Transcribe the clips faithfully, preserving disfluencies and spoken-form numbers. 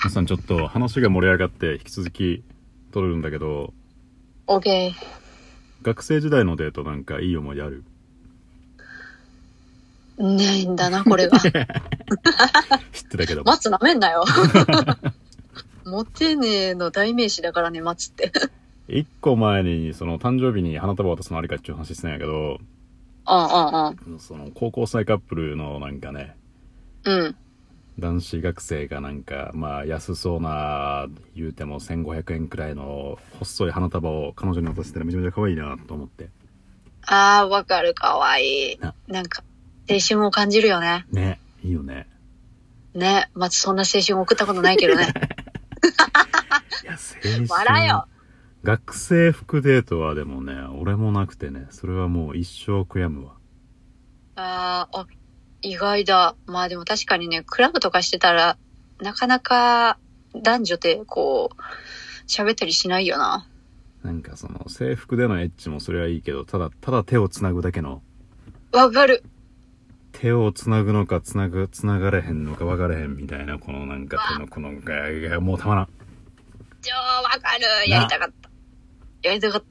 皆さんちょっと話が盛り上がって引き続き撮れるんだけど、 OK。 学生時代のデートなんかいい思い出ある？ ないんだなこれが。 知ってたけど松なめんなよ。モテねえの代名詞だからね、松って。 一個前にその誕生日に花束渡すのありかっていう話してんやけど、 ああああその高校生カップルのなんかね、 うん男子学生がなんかまあ安そうな言うてもせんごひゃくえんくらいの細い花束を彼女に渡したらめちゃめちゃ可愛いなと思って。 ああ、わかる、かわいい。 ななんか青春を感じるよね。 ね、いいよね。 ね、松そんな青春送ったことないけどね。 いや青春笑えよ。 学生服デートはでもね、俺もなくてね、それはもう一生悔やむわ。 あーあ、意外だ。まあでも確かにね、クラブとかしてたらなかなか男女でこう喋ったりしないよな。 なんかその制服でのエッチもそれはいいけど、ただただ手をつなぐだけの、 わかる。 手をつなぐのかつなぐつながれへんのか分かれへんみたいな、このなんか手のこのガヤガヤ、もうたまらん。 超わかる。やりたかった。やりたかった。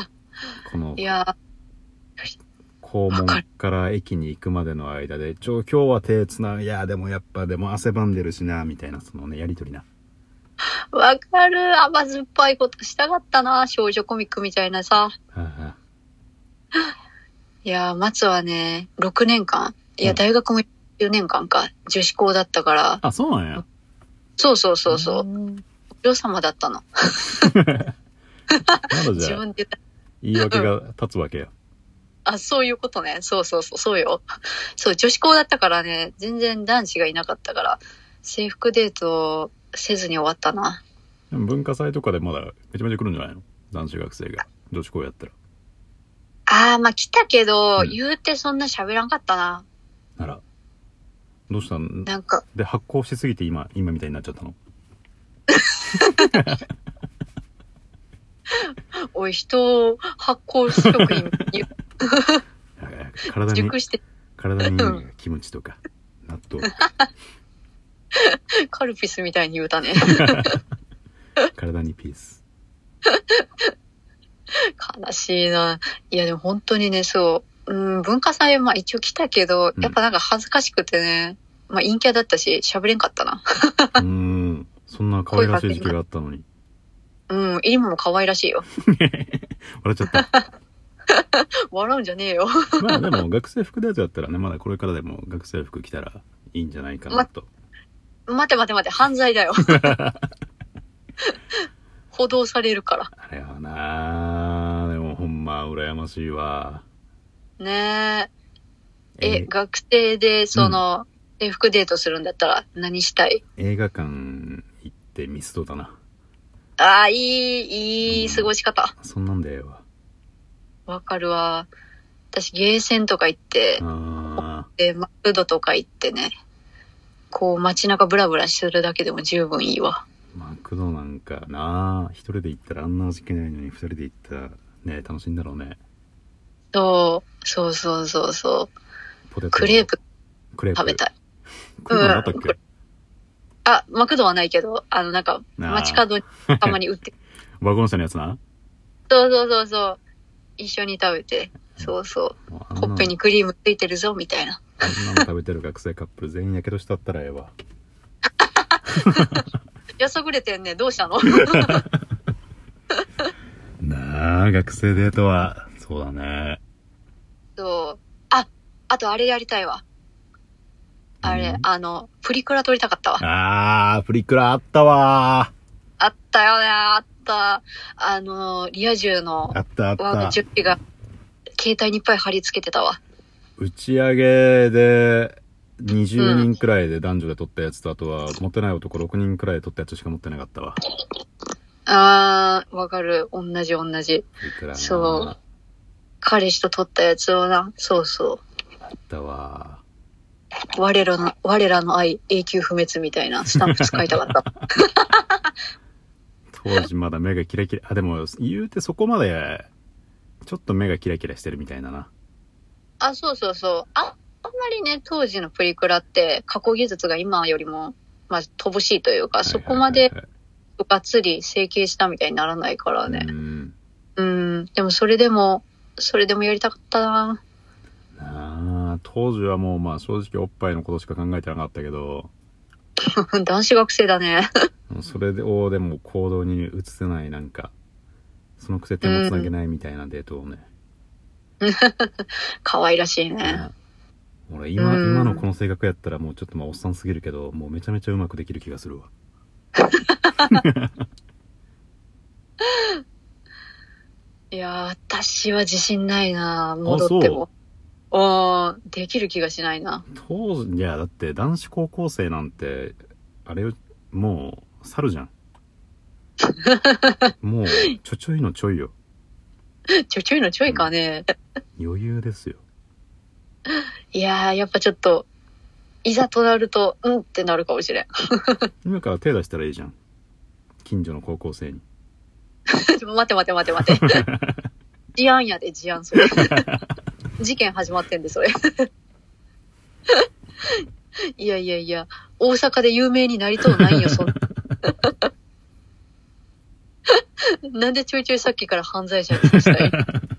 このいや校門から駅に行くまでの間で、ちょ今日は手つな、いやでもやっぱでも汗ばんでるしなみたいな、そのねやりとりな。 わかる。甘酸っぱいことしたかったな。少女コミックみたいなさ。 はあはあ、 いや松はねろくねんかん、いや、 うん、 大学もじゅうねんかんか女子校だったから。 あ、そうなんや。 そうそうそうそう。お嬢様だったの。 まだじゃあ自分で言った。 言い訳が立つわけよ。 あ、そういうことね。そうそうそう、そうよ。そう、女子校だったからね、全然男子がいなかったから、制服デートせずに終わったな。 でも文化祭とかでまだめちゃめちゃ来るんじゃないの？男子学生が女子校やったら。 あー、まあ来たけど、 うん、 言うてそんな喋らんかったな。 ならどうしたん？ なんかで発酵しすぎて今今みたいになっちゃったの？ おい、人を発酵食品体に熟して体にキムチとか納豆とかカルピスみたいに言うたね。 体にピース。 悲しいな。いやでも本当にね、そう、うん、文化祭はまあ一応来たけど、やっぱなんか恥ずかしくてね、まあ陰キャだったし喋れんかったな。 うーん、そんな可愛らしい時期があったのに。 うん、イリモも可愛らしいよ。 笑っちゃった。 笑うんじゃねえよ。 まあでも学生服デートやったらね、まだこれからでも学生服着たらいいんじゃないかなと。 ま、待て待て待て、犯罪だよ。補導されるから。 あれはなー、でもほんま羨ましいわ。 ねえ。え、 え学生でその、制、うん、服デートするんだったら何したい？ 映画館行ってミスドだな。 ああ、いい、いい過ごし方。 うん、そんなんだよ。 わかるわ。私ゲーセンとか行って、でマクドとか行ってね、こう街中ブラブラするだけでも十分いいわ。 マクドなんかな、一人で行ったらあんな味気ないのに二人で行ったらね、楽しいんだろうね。 そうそうそうそうそう。 ポテトクレープクレープ食べたい。 クレープあったっけ？うん、 あ、マクドはないけど、あのなんか街角にたまに売ってワゴン車のやつな。 そうそうそうそう、一緒に食べて、そうそう、ほっぺにクリームついてるぞみたいな。 あんなの食べてる学生カップル全員やけどしたったらええわ。 やさぐれてんね。どうしたの？ なあ、学生デートはそうだね。 そう、あ、あとあれやりたいわ。あれ、あのプリクラ撮りたかったわ。 あー、プリクラあったわ。 あったよね、あった。あのリア充のあったあった。 ワード準備が携帯にいっぱい貼り付けてたわ。 打ち上げでにじゅうにんくらいで男女で撮ったやつと、うん、あとは持ってない男ろくにんくらいで撮ったやつしか持ってなかったわ。 あー、わかる。同じ同じ。そう。彼氏と撮ったやつをな、そうそう。 あったわ。 我らの、我らの愛永久不滅みたいなスタンプ使いたかった。 当時まだ目がキラキラ、あ、でも言うてそこまでちょっと目がキラキラしてるみたいだな。 あ、そうそうそう。あ、あんまりね、当時のプリクラって加工技術が今よりもまあ、乏しいというか、そこまでがっつり整形したみたいにならないからね。うん。うん。でもそれでも、それでもやりたかったな。 ああ、当時はもうまあ正直おっぱいのことしか考えてなかったけど。 男子学生だね。 それをでも行動に移せない、なんか、そのくせ手もつなげないみたいなデートをね。 うん、可愛らしいね。 俺今、今のこの性格やったらもうちょっとまあおっさんすぎるけど、もうめちゃめちゃうまくできる気がするわ。 いやー、私は自信ないな。戻っても。ああ、できる気がしないな。 当時、いやだって男子高校生なんてあれもう猿じゃん。もうちょちょいのちょいよ。 ちょちょいのちょいかね。 うん、余裕ですよ。 いやー、やっぱちょっといざとなるとうんってなるかもしれん。 今から手出したらいいじゃん、近所の高校生に。 待て待て待て待て。事案やで、事案それ。事件始まってんでそれ。いやいやいや、大阪で有名になりとうないんよそんな。なんでちょいちょいさっきから犯罪者にさしたい。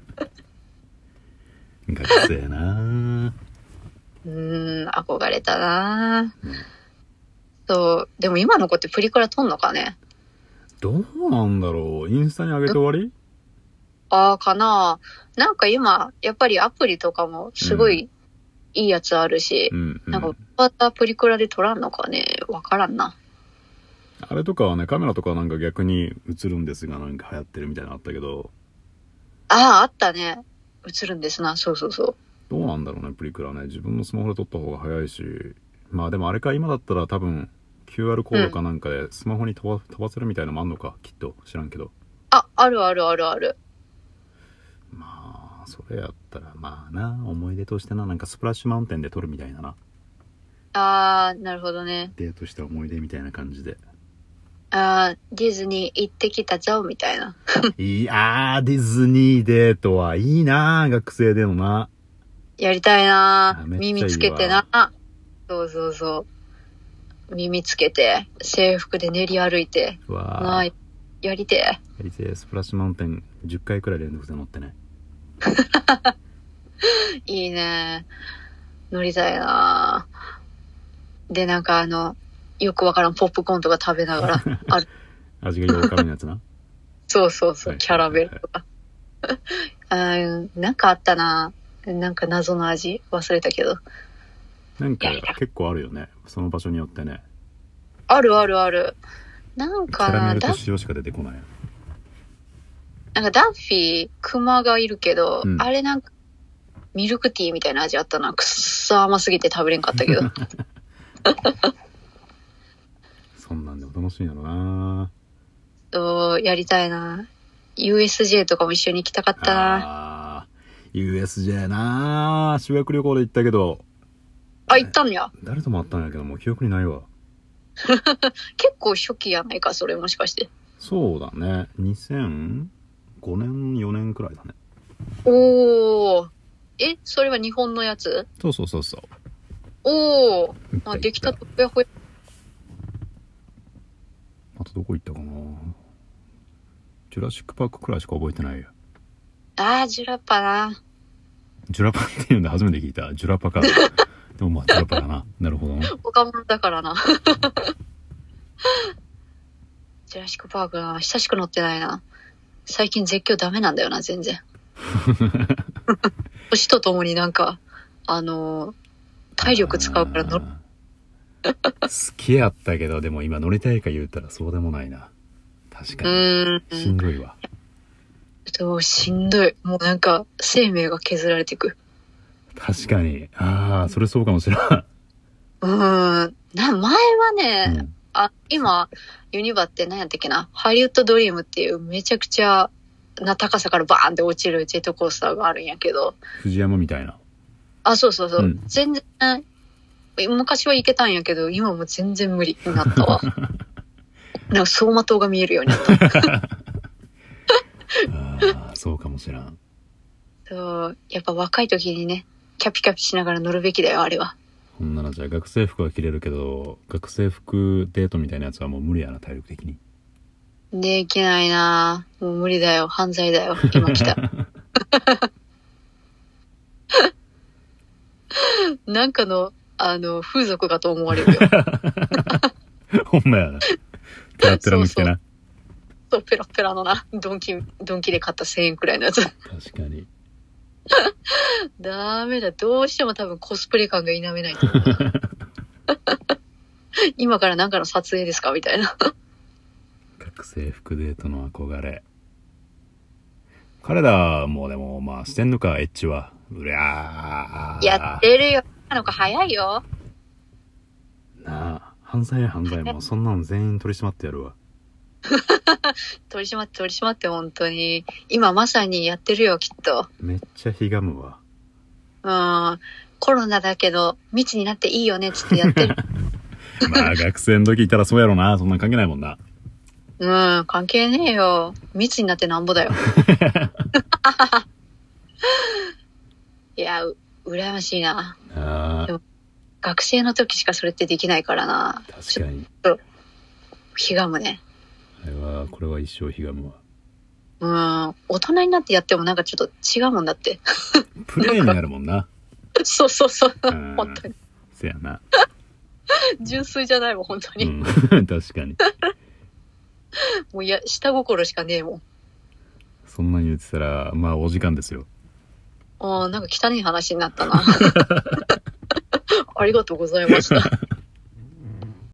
学生なぁ。 うーん、憧れたなぁ、うん、そう。でも今の子ってプリクラ撮んのかね。 どうなんだろう。インスタに上げて終わり？ ああ、かな。なんか今やっぱりアプリとかもすごいいいやつあるし、うんうん、なんかまたプリクラで撮らんのかね。わからんな。 あれとかはね、カメラとかはなんか逆に映るんですが、なんか流行ってるみたいなのあったけど。 ああ、あったね。映るんですな。そうそうそう。 どうなんだろうね、プリクラね。自分のスマホで撮った方が早いし。まあでもあれか、今だったら多分 キューアール コードかなんかでスマホに飛ば、飛ばせるみたいなのもあんのか、きっと。知らんけど。 あ、あるあるあるある。 まあ、それやったらまあな、思い出としてな、なんかスプラッシュマウンテンで撮るみたいなな。 あー、なるほどね。 デートした思い出みたいな感じで。 あー、ディズニー行ってきたぞみたいな。 いやー、ディズニーデートはいいな、学生でのな。 やりたいな。耳つけてな。そうそうそう。耳つけて制服で練り歩いて。わなあ、やりてえ。やりてえ。スプラッシュマウンテンじゅっかいくらい連続で乗ってね。 いいね。乗りたいな。でなんかあのよくわからんポップコーンとか食べながらある。 味がよくわからんやつな。 そうそうそう、キャラメルとか。あ、なんかあったな。なんか謎の味忘れたけど。 なんか結構あるよね。その場所によってね。 あるあるある。なんかキャラメルと塩しか出てこない。 なんかダッフィークマがいるけど、うん、あれなんかミルクティーみたいな味あったな。くっそ甘すぎて食べれんかったけど。 そんなんでも楽しいんやろな。 そうやりたいな。ユーエスジェー とかも一緒に行きたかったな。 あ ユーエスジェー な。修学旅行で行ったけど。 あ、行ったんや。 誰とも会ったんやけどもう記憶にないわ。 結構初期やないかそれ、もしかして。 そうだね。にせんごねんよねんくらいだね。 おー。え、それは日本のやつ？ そうそうそうそう。 おー。あ、できたとほやほや。 あとどこ行ったかな。ジュラシックパークくらいしか覚えてないや。 あー、ジュラパな。 ジュラパっていうんで初めて聞いた。ジュラパか。でもまあジュラパだな。なるほどな。 岡本だからな。ジュラシックパークな。久しく乗ってないな。最近絶叫ダメなんだよな、全然。年とともになんか、あのー、体力使うから乗る。 好きやったけど、でも今乗りたいか言うたらそうでもないな。確かに。うーん。しんどいわ。 そう、しんどい。もうなんか、生命が削られていく。 確かに。ああ、それそうかもしれん。 うーん。な、前はね、うん、あ、今、ユニバって何やったっけな、ハリウッドドリームっていうめちゃくちゃな高さからバーンって落ちるジェットコースターがあるんやけど。 藤山みたいな。 あ、そうそうそう。うん、全然、昔は行けたんやけど、今も全然無理になったわ。なんか走馬灯が見えるようになった。 ああ、そうかもしれん。 そう、やっぱ若い時にね、キャピキャピしながら乗るべきだよ、あれは。 ほんならじゃあ学生服は着れるけど学生服デートみたいなやつはもう無理やな、体力的に。 できないな。もう無理だよ。犯罪だよ。今来た。なんかの、あの、風俗かと思われるよ。 ほんまやな。ペラペラの着てな。 そう、ペラペラのな。ドンキ、ドンキで買ったせんえんくらいのやつ。 確かに。 ダメだ。どうしても多分コスプレ感が否めないと思う。今からなんかの撮影ですかみたいな。 学生服デートの憧れ。彼らもでもまあしてんのか、エッチは。うりゃー。 やってるよ。あの子早いよ。 なあ、犯罪や犯罪もうそんなの全員取り締まってやるわ。 取り締まって取り締まって本当に。今まさにやってるよきっと。 めっちゃひがむわ。 うん。コロナだけど密になっていいよねっつってやってる。 まあ学生の時いたらそうやろな。そんなん関係ないもんな。 うん、関係ねえよ。密になってなんぼだよ。いや、う、羨ましいな。 ああ。 学生の時しかそれってできないからな。 確かに。 ひがむね。 あれは、これは一生ひがむわ。 うん。大人になってやってもなんかちょっと違うもんだって。 プレイになるもんな。 そうそうそう。本当に。 せやな。 純粋じゃないもん、本当に。 うん、確かに。 もういや、下心しかねえもん。 そんなに言ってたら、まあお時間ですよ。 ああ、なんか汚い話になったな。ありがとうございました。